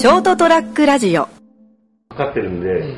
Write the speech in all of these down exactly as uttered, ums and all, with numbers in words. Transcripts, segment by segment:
ショートトラックラジオかかってるんで、うん、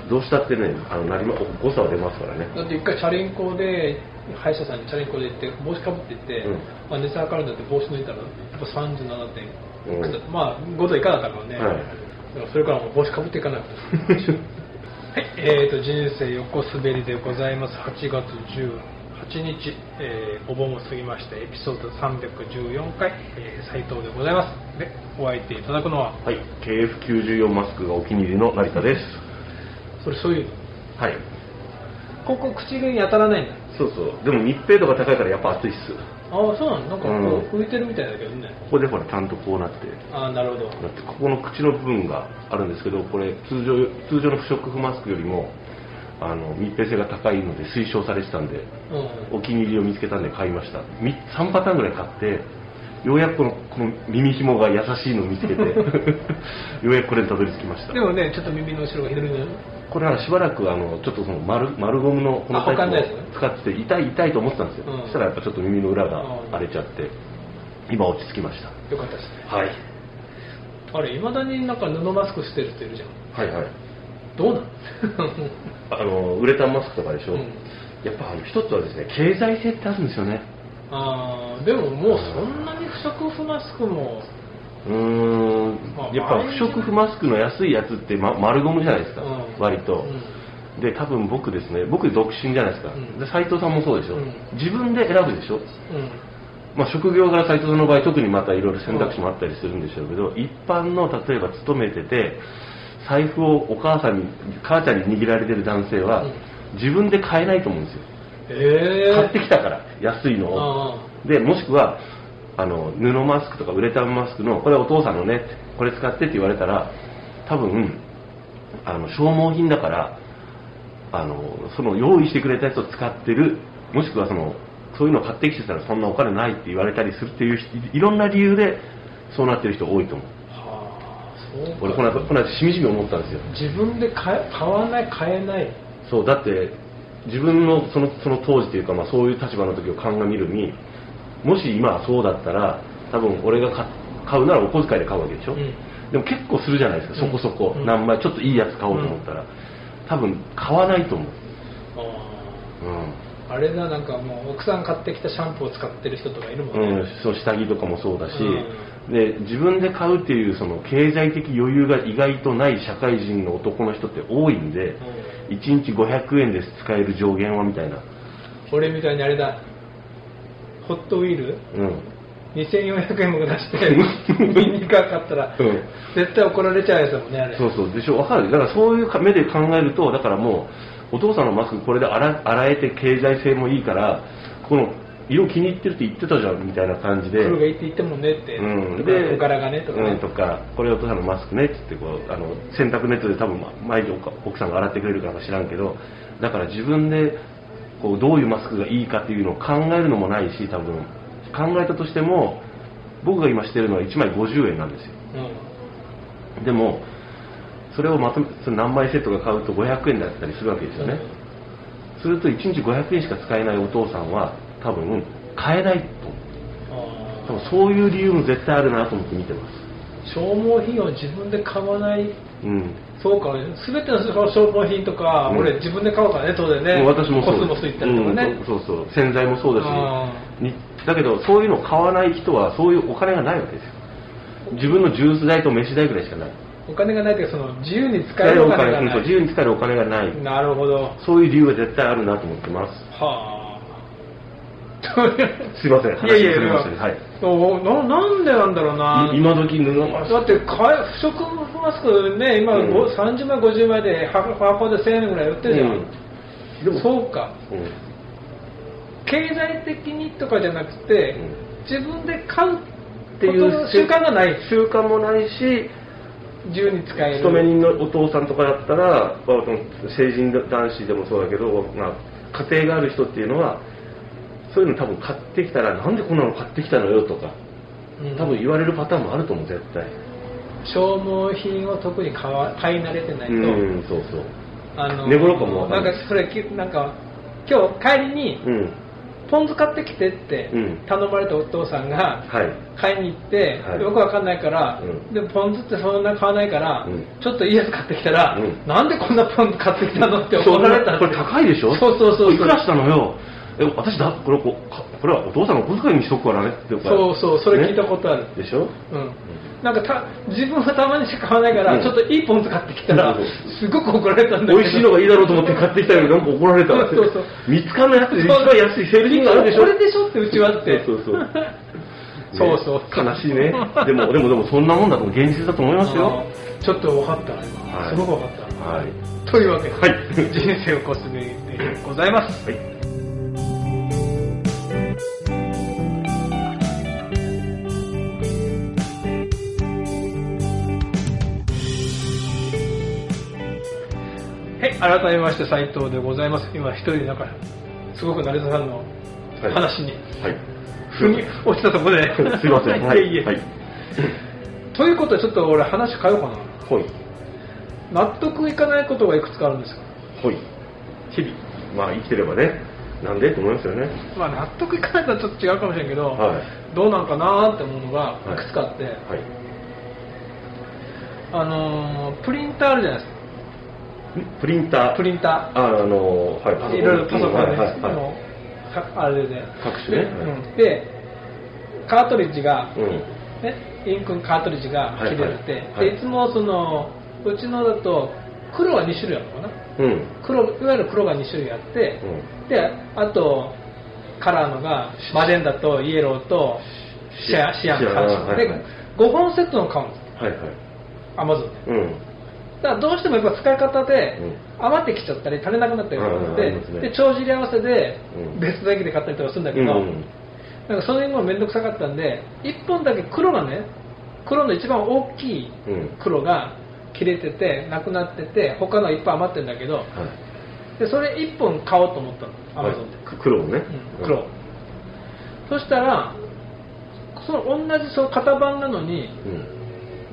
どうしたってね、あのなりま誤差は出ますからね。 だって一回チャリンコで歯医者さんにチャリンコで行って帽子かぶって行って、うん、まあ、熱測るんだって帽子抜いたらやっぱさんじゅうななてんいくつ、うん、まあごど以下だったからね、はい、それからもう帽子かぶっていかなくてはい、えーと人生横滑りでございます。はちがつじゅうはちにち、えー、お盆を過ぎましてエピソードさんびゃくじゅうよんかい、えー、斉藤でございます。でお相手いただくのは、 はい、ケーエフきゅうじゅうよん マスクがお気に入りの成田です。 それそういうの、 はい、 ここ口に当たらないんだ。 そうそう、でも密閉度が高いからやっぱ暑いっす。 ああ、そうなの。なんかこう浮いてるみたいだけどね、 うん、ここでほらちゃんとこうなって、 ああ、なるほど。 だってここの口の部分があるんですけど、これ通常通常の不織布マスクよりもあの密閉性が高いので推奨されてたんで、うん、お気に入りを見つけたんで買いました。さんパターンぐらい買ってようやくこのこの耳紐が優しいのを見つけてようやくこれにたどり着きました。 でもね、ちょっと耳の後ろが左に、 これはしばらくあのちょっとその 丸, 丸ゴムのこのタイプを使ってて痛い痛いと思ってたんですよ、うん、そしたらやっぱちょっと耳の裏が荒れちゃって今落ち着きました。 よかったですね。 はい。 あれ、いまだになんか布マスクしてる人いるじゃん。 はいはい。 どうなのあのウレタンマスクとかでしょ、うん、やっぱあの一つはですね、経済性ってあるんですよね。 ああ、でももうそんなに不織布マスクもうーん、まあ、やっぱ不織布マスクの安いやつって、ま、丸ゴムじゃないですか、うん、割と、うん、で多分僕ですね、僕独身じゃないですか、うん、で斉藤さんもそうでしょ、うん、自分で選ぶでしょ、うん、まあ、職業柄斉藤さんの場合特にまたいろいろ選択肢もあったりするんでしょうけど、うん、一般の例えば勤めてて財布をお母さんに母ちゃんに握られてる男性は、うん、自分で買えないと思うんですよ、えー、買ってきたから安いのを。でもしくはあの布マスクとかウレタンマスクのこれお父さんのね、これ使ってって言われたら多分あの消耗品だからあのその用意してくれたやつを使ってる、もしくはそのそういうのを買ってきてたらそんなお金ないって言われたりするっていういろんな理由でそうなってる人多いと思う。俺この間、この間しみじみ思ったんですよ。 自分で買え、買わない、買えない。 そうだって自分のその、その当時というか、まあ、そういう立場の時を鑑みるに、もし今そうだったら多分俺が買うならお小遣いで買うわけでしょ、うん、でも結構するじゃないですか、そこそこ、うん、何枚ちょっといいやつ買おうと思ったら、うん、多分買わないと思う。 あ、うん、あれだ、なんかもう奥さん買ってきたシャンプーを使ってる人とかいるもんね、うん、 そう下着とかもそうだし、うん、で自分で買うっていうその経済的余裕が意外とない社会人の男の人って多いんで、うん、いちにちごひゃくえんで使える上限はみたいな。 俺みたいにあれだ、ホットウィール、うん、にせんよんひゃくえんも出してミニカー買ったら、うん、絶対怒られちゃうやつだもんね、あれ。 そうそうでしょ、わかる。だからそういう目で考えると、だからもうお父さんのマスクこれで洗、洗えて経済性もいいから、この色気に入ってるって言ってたじゃんみたいな感じで、 黒がいいって言ってもねって、うん、で小柄がねとかね、うん、とかこれお父さんのマスクねって言ってこうあの洗濯ネットで多分毎日奥さんが洗ってくれるからか知らんけど、だから自分でこうどういうマスクがいいかっていうのを考えるのもないし、多分考えたとしても僕が今してるのはいちまいごじゅうえんなんですよ、うん、でもそれをまとめその何枚セットが買うとごひゃくえんだったりするわけですよね、うん、するといちにちごひゃくえんしか使えないお父さんは多分買えないと思う。多分そういう理由も絶対あるなと思って見てます。 消耗品を自分で買わない、 うん、 そうか、全ての消耗品とか、うん、俺自分で買うからね、当然ね。 私もそう。 コスモス行ったりとかね、 うん、そうそう、洗剤もそうだし、にだけどそういうのを買わない人はそういうお金がないわけですよ。自分のジュース代と飯代ぐらいしかない。 お金がないというか、その自由に使えるお金がない。 自由に使えるお金がない。 なるほど。 そういう理由は絶対あるなと思ってます。 はあ。 すいません、話がすみません。はい。 な, なんでなんだろうな。 今時布マスク。 だって不織布マスクね、今、うん、さんじゅうまいごじゅうまいで箱でせんえんぐらい売ってるじゃん。うん、でもそうか、うん。経済的にとかじゃなくて、うん、自分で買うっていう習慣がない。 習慣もないし、 自由に使える。 勤め人のお父さんとかだったら、成人男子でもそうだけど、まあ、家庭がある人っていうのは。そういうの多分買ってきたらなんでこんなの買ってきたのよとか、うん、多分言われるパターンもあると思う、絶対。 消耗品を特に買わ買い慣れてないと、うん、 そうそう、 あの寝頃かも分かんない。 なんかそれなんか今日帰りに、うん、 ポン酢買ってきてって頼まれたお父さんが買いに行って、はい、よくわかんないから、うん、でポン酢ってそんな買わないから、うん、ちょっといいやつ買ってきたら、うん、なんでこんなポン酢買ってきたのって怒られたんですよ。 これ高いでしょ。 そうそうそう。 いくらしたのよ。え私だこれここれはお父さんの小遣いにしとくからねって言うから。 そうそうそれ聞いたことある。 ね、でしょ。 うん。なんかた自分はたまにしか買わないから、うん、ちょっといいポン酢買ってきたら、すごく怒られたんだけど。 美味しいのがいいだろうと思って買ってきたのになんか怒られた。そうそうそう。みっかのやつで一番安いセール品があるでしょ。 これでしょってうちはって。 そうそうそう。ね、 そうそう悲しいね。でもでもでもそんなもんだと現実だと思いますよ。 ちょっと分かった今、はい、すごく分かった。 はい。 というわけで、 はい、 人生をコスメでございます。はい。はい、改めまして斉藤でございます。今一人でなんかすごく成田さんの話に、はい、腑に落ちたところですいません。 はい、いえいえ、はい、ということでちょっと俺話変えようかな。 はい。 納得いかないことがいくつかあるんですよ。 はい。 日々。 まあ生きてればね、なんでと思いますよね。 まあ納得いかないとはちょっと違うかもしれんけど、はい、どうなんかなーって思うのがいくつかあって、はいはい、あのー、プリンターあるじゃないですか。 プリンタープリンターあ、あのー、はい、 いろいろパソコンで、 はいはいはい、 あれで各種ね、 うん、でカートリッジが、うんね、インクカートリッジが切れてて、はいはいはい、でいつもそのうちのだと黒はに種類あるのかな、うん、黒いわゆる黒がに種類あって、うん、であとカラーのがマデンダとイエローとシアシアンのさん種で、はいはい、ごほんセットの買うんです、はいはい、アマゾンで、うん、だからどうしてもやっぱ使い方で余ってきちゃったり足りなくなったりとかして、うん、で帳尻合わせで別の駅で買ったりとかするんだけど、うん、なんかそういうのも面倒くさかったんでいっぽんだけ黒がね黒の一番大きい黒が切れててなくなってて他のいっぱい余ってるんだけど、はい、でそれいっぽん買おうと思ったのアマゾンで、 はい、黒をね、 うん、黒、うん、そしたらその同じその型番なのに、うん、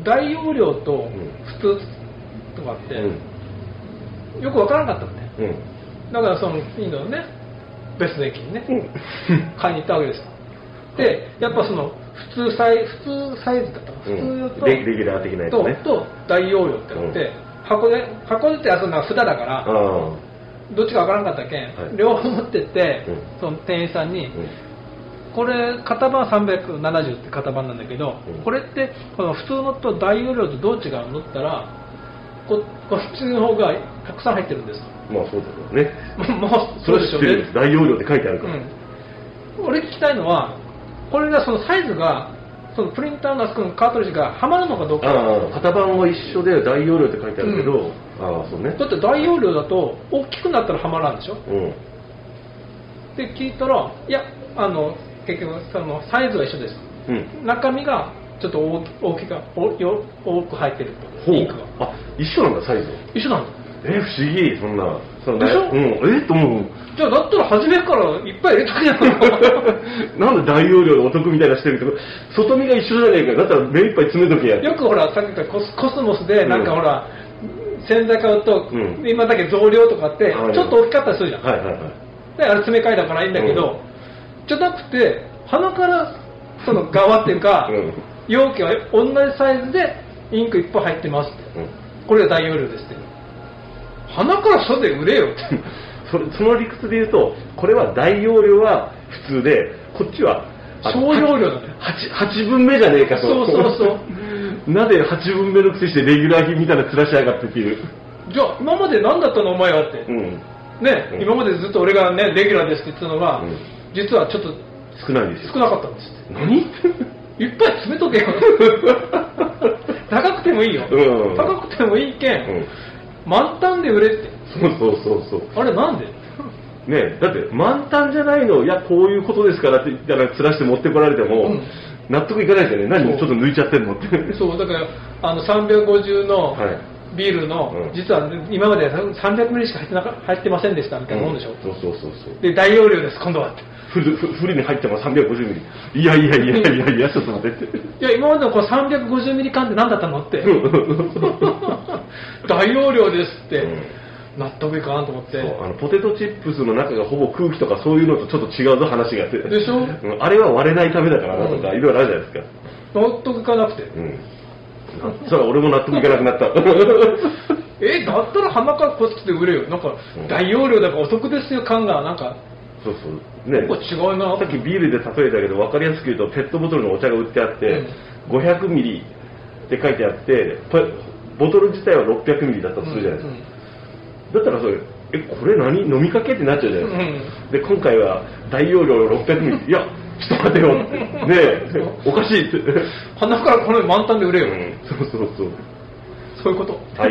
大容量と普通とかって、うん、よくわからなかったんで、うん、だからそのインドのね別の駅にね、うん、買いに行ったわけですよ。でやっぱその普通サイ普通サイズだったの、普通と、 レギュラー的なやつね、 とと大容量ってあって、うん、箱で箱でってやつが札だから、どっちかわからなかったけん、はい、両方持ってって、うん、その店員さんに、うん、これ型番さんびゃくななじゅうって型番なんだけど、うん、これってこの普通のと大容量とどう違うのって言ったらこ, こっちの方がたくさん入ってるんです。 まあそうだよね。 まあそうでしょうね。 大容量って書いてあるから、 うん、俺聞きたいのはこれがそのサイズがそのプリンターのあそこのカートリッジがはまるのかどうか。 ああ型番は一緒で大容量って書いてあるけど、うん、ああそうね。 だって大容量だと大きくなったらはまらんでしょ、うん、で聞いたらいやあの結局そのサイズは一緒です、うん、中身がちょっと大き大きが多く入ってるとインクが。 あ一緒なんだサイズ一緒なんだ。 え不思議そんなそんなでしょ、 うん、えっと思う。 じゃあだったら初めからいっぱい入れときゃなんで大容量でお得みたいなしてるけど外見が一緒じゃねえか。だったら目いっぱい詰めときや。 よくほらさっき言ったコ ス, コスモスでなんかほら、うん、洗剤買うと、うん、今だけ増量とかってちょっと大きかったりするじゃん、はいはいはい、であれ詰め替えだからいいんだけど、うん、じゃなくて鼻からその側っていうか、うん、容器は同じサイズでインクいっぱい入ってますって、うん、これが大容量ですって。鼻から外で売れよってそ, れその理屈で言うとこれは大容量は普通でこっちは小容量だね。 8, 8分目じゃねえかと。 そうそうそうなぜはちぶんめのくせしてレギュラー品みたいな面しやがってっていう。 じゃあ今まで何だったのお前はって、うん、ね、うん、今までずっと俺がねレギュラーですって言ってたのが、うん、実はちょっと少ないんですよ。 少なかったんですって。 何いっぱい詰めとけよ高くてもいいよ、うん、高くてもいいけん、うん、満タンで売れって。 そうそうそうそう。 あれなんでね、だって満タンじゃないの、いやこういうことですからって言ったらつらして持ってこられても、うん、納得いかないですよね。何ちょっと抜いちゃってるのってそうだからあのさんびゃくごじゅうのビールの、はい、実は今までさんびゃくミリしか入ってなか入ってませんでしたみたいなもんでしょ、うん、 そうそうそうそうで大容量です今度はってフルフルに入ってもさんびゃくごじゅうミリいやいやいやいやいやちょっと待ってっていや今までのこのさんびゃくごじゅうミリ缶って何だったのって大容量ですって、 納得いかんと思って。 そう、あのポテトチップスの中がほぼ空気とかそういうのとちょっと違うぞ話があって。 でしょ、うん、 あれは割れないためだからなとか、いろいろあるじゃないですか。 納得いかなくて。 うん。それは俺も納得いかなくなった。 え、だったら鼻からこっちで売れよ。なんか、大容量だからお得ですよ感が、なんか。 そうそう。ね。 結構違うな。 さっきビールで例えたけど、分かりやすく言うと、ペットボトルのお茶が売ってあって、うん、ごひゃくミリって書いてあって、ボトル自体はろっぴゃくミリだったとするじゃないですか。うんうん、だったらそれ、え、これ何飲みかけってなっちゃうじゃないですか。うん、で、今回は大容量のろっぴゃくミリ。いや、ちょっと待てよ。ねえ、おかしいって。 鼻からこの満タンで売れよ。うん、 そうそうそう。 そういうこと。 はい。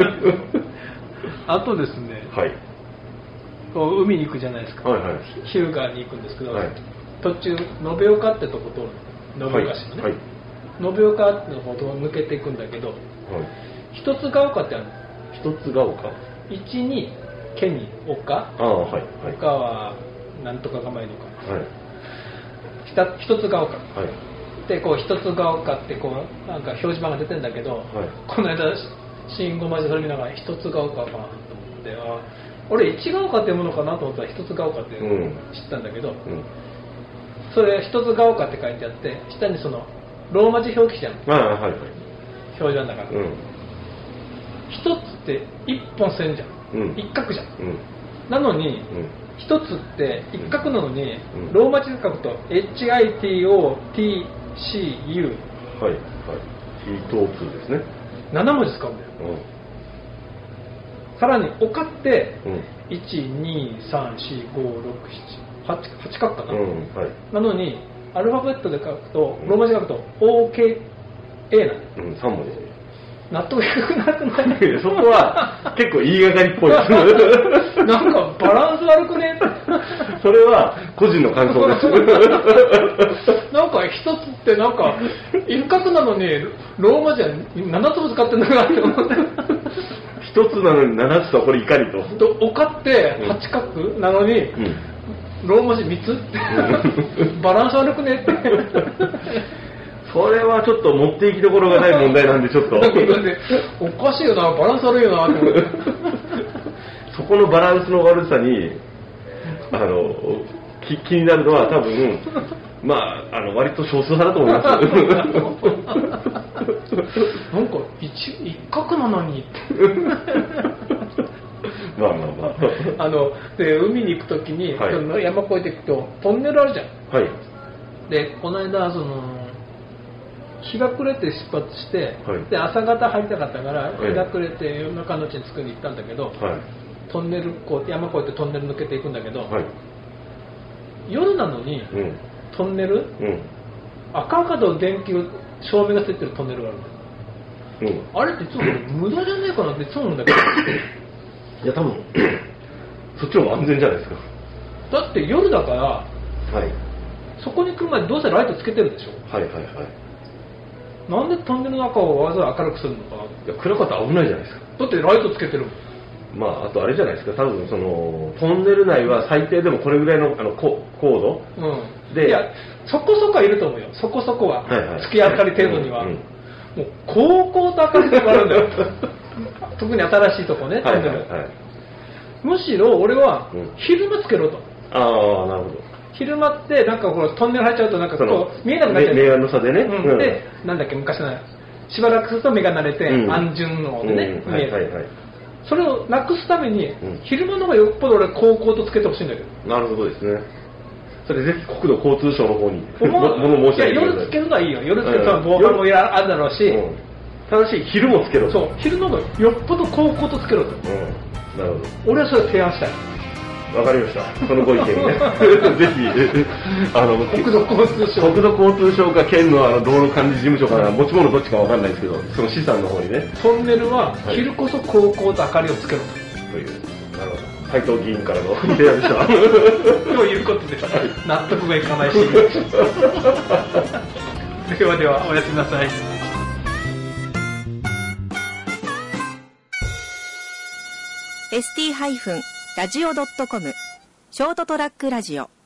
あとですね、 はい、 こう海に行くじゃないですか。 はいはい、 日向に行くんですけど、 はい、 途中、延岡ってとこ通るの。延岡市のね。はいはい、延岡ってのほど抜けていくんだけど、はい、一つが丘ってあるの。一つが丘？ 一に県に丘。 ああ、はいはい、 丘はなんとかがまいのか。 はい、 一つが丘。 はい、 でこう一つが丘ってこうなんか表示板が出てるんだけど、はい、この間信号待ちそれ見ながら一つが丘かなと思って、あ、俺一が丘って読むのかなと思ったら一つが丘って知ったんだけど、うん、それ一つが丘って書いてあって下にそのローマ字表記じゃん、 あ、はいはい、 表示板だから、うん、一つって一本線じゃん、うん、一角じゃん、うん、なのに、うん、一つって一角なのに、うん、ローマ字で書くと エイチアイティーオーティーシーユー、 はいはい、ティートーツーですね。 なな文字使うんだよ、うん、さらに丘って、うん、いちにさんよんごろくななはち はち角かな、うん、はい、なのにアルファベットで書くと、ローマ字で書くと オーケーエー なの、 うん、さん文字で納得いかなくない？ そこは結構言いがかりっぽいですなんかバランス悪くねそれは個人の感想ですなんか一つってなんか一角なのにローマ字はななつも使ってるのかなって思って一つなのにななつとこれいかにとと丘ってはち角なのに、うん、ローマ字みっつってバランス悪くねってそれはちょっと持っていきどころがない問題なんでちょっとおかしいよな、バランス悪いよなって思ってそこのバランスの悪さにあの 気, 気になるのは多分まあ、あの割と少数派だと思いますなんか 一, 一角なのにまあまあまああので海に行くときに、はい、山越えていくとトンネルあるじゃん、 はい、 でこの間その日が暮れて出発して、はい、で朝方入りたかったから日が暮れて夜中のうちに着くに行ったんだけど、はい、トンネルこう山越えてトンネル抜けていくんだけど、はい、夜なのに、うん、トンネル、うん、赤々と電気照明がついてるトンネルがあるんだよ、うん、あれっていつも無駄じゃねえかなっていつも思うんだけどいや多分そっちの方が安全じゃないですか。 だって夜だから、 はい、 そこに来る前にどうせライトつけてるでしょ。 はいはいはい。 なんでトンネルの中をわざわざ明るくするのかな。いや暗かったら危ないじゃないですか。 だってライトつけてるもん。 まああとあれじゃないですか。多分そのトンネル内は最低でもこれぐらいのあの高度、うん、で、 いやそこそこはいると思うよ。そこそこは、はいはい、月明かり程度には、うんうん、もう高校と明かりとかあるんだよ。特に新しいとこね、トンネル、はいはいはい、むしろ俺は昼間つけろと、うん、 ああなるほど。 昼間ってなんかこうトンネル入っちゃうとなんかこう見えなくなっちゃう。 明暗の差でね、 うん、でなんだっけ昔のしばらくすると目が慣れて、うん、暗順のでね、うん、見える、はいはいはい、それをなくすために、うん、昼間の方がよっぽど俺高校とつけてほしいんだけど。 なるほどですね。それぜひ国土交通省の方に物申し上げてください。いや夜つけるのはいいよ。夜つけると防犯もあるだろうし、うん、 ただし昼もつけろ。 そう昼の方がよっぽど高校とつけろと、うん、 なるほど。 俺はそれ提案したい。 わかりました。そのご意見をねぜひあの国土交通省国土交通省か県のあの道路管理事務所かな、持ち物どっちかわかんないですけど、その資産の方にね、 トンネルは昼こそ高校と明かりをつけろと、 という、なるほど、斉藤議員からの提案でしたということで、はい、納得がいかないしではではおやすみなさい。 エスティー ラジオ ドットコム ショートトラックラジオ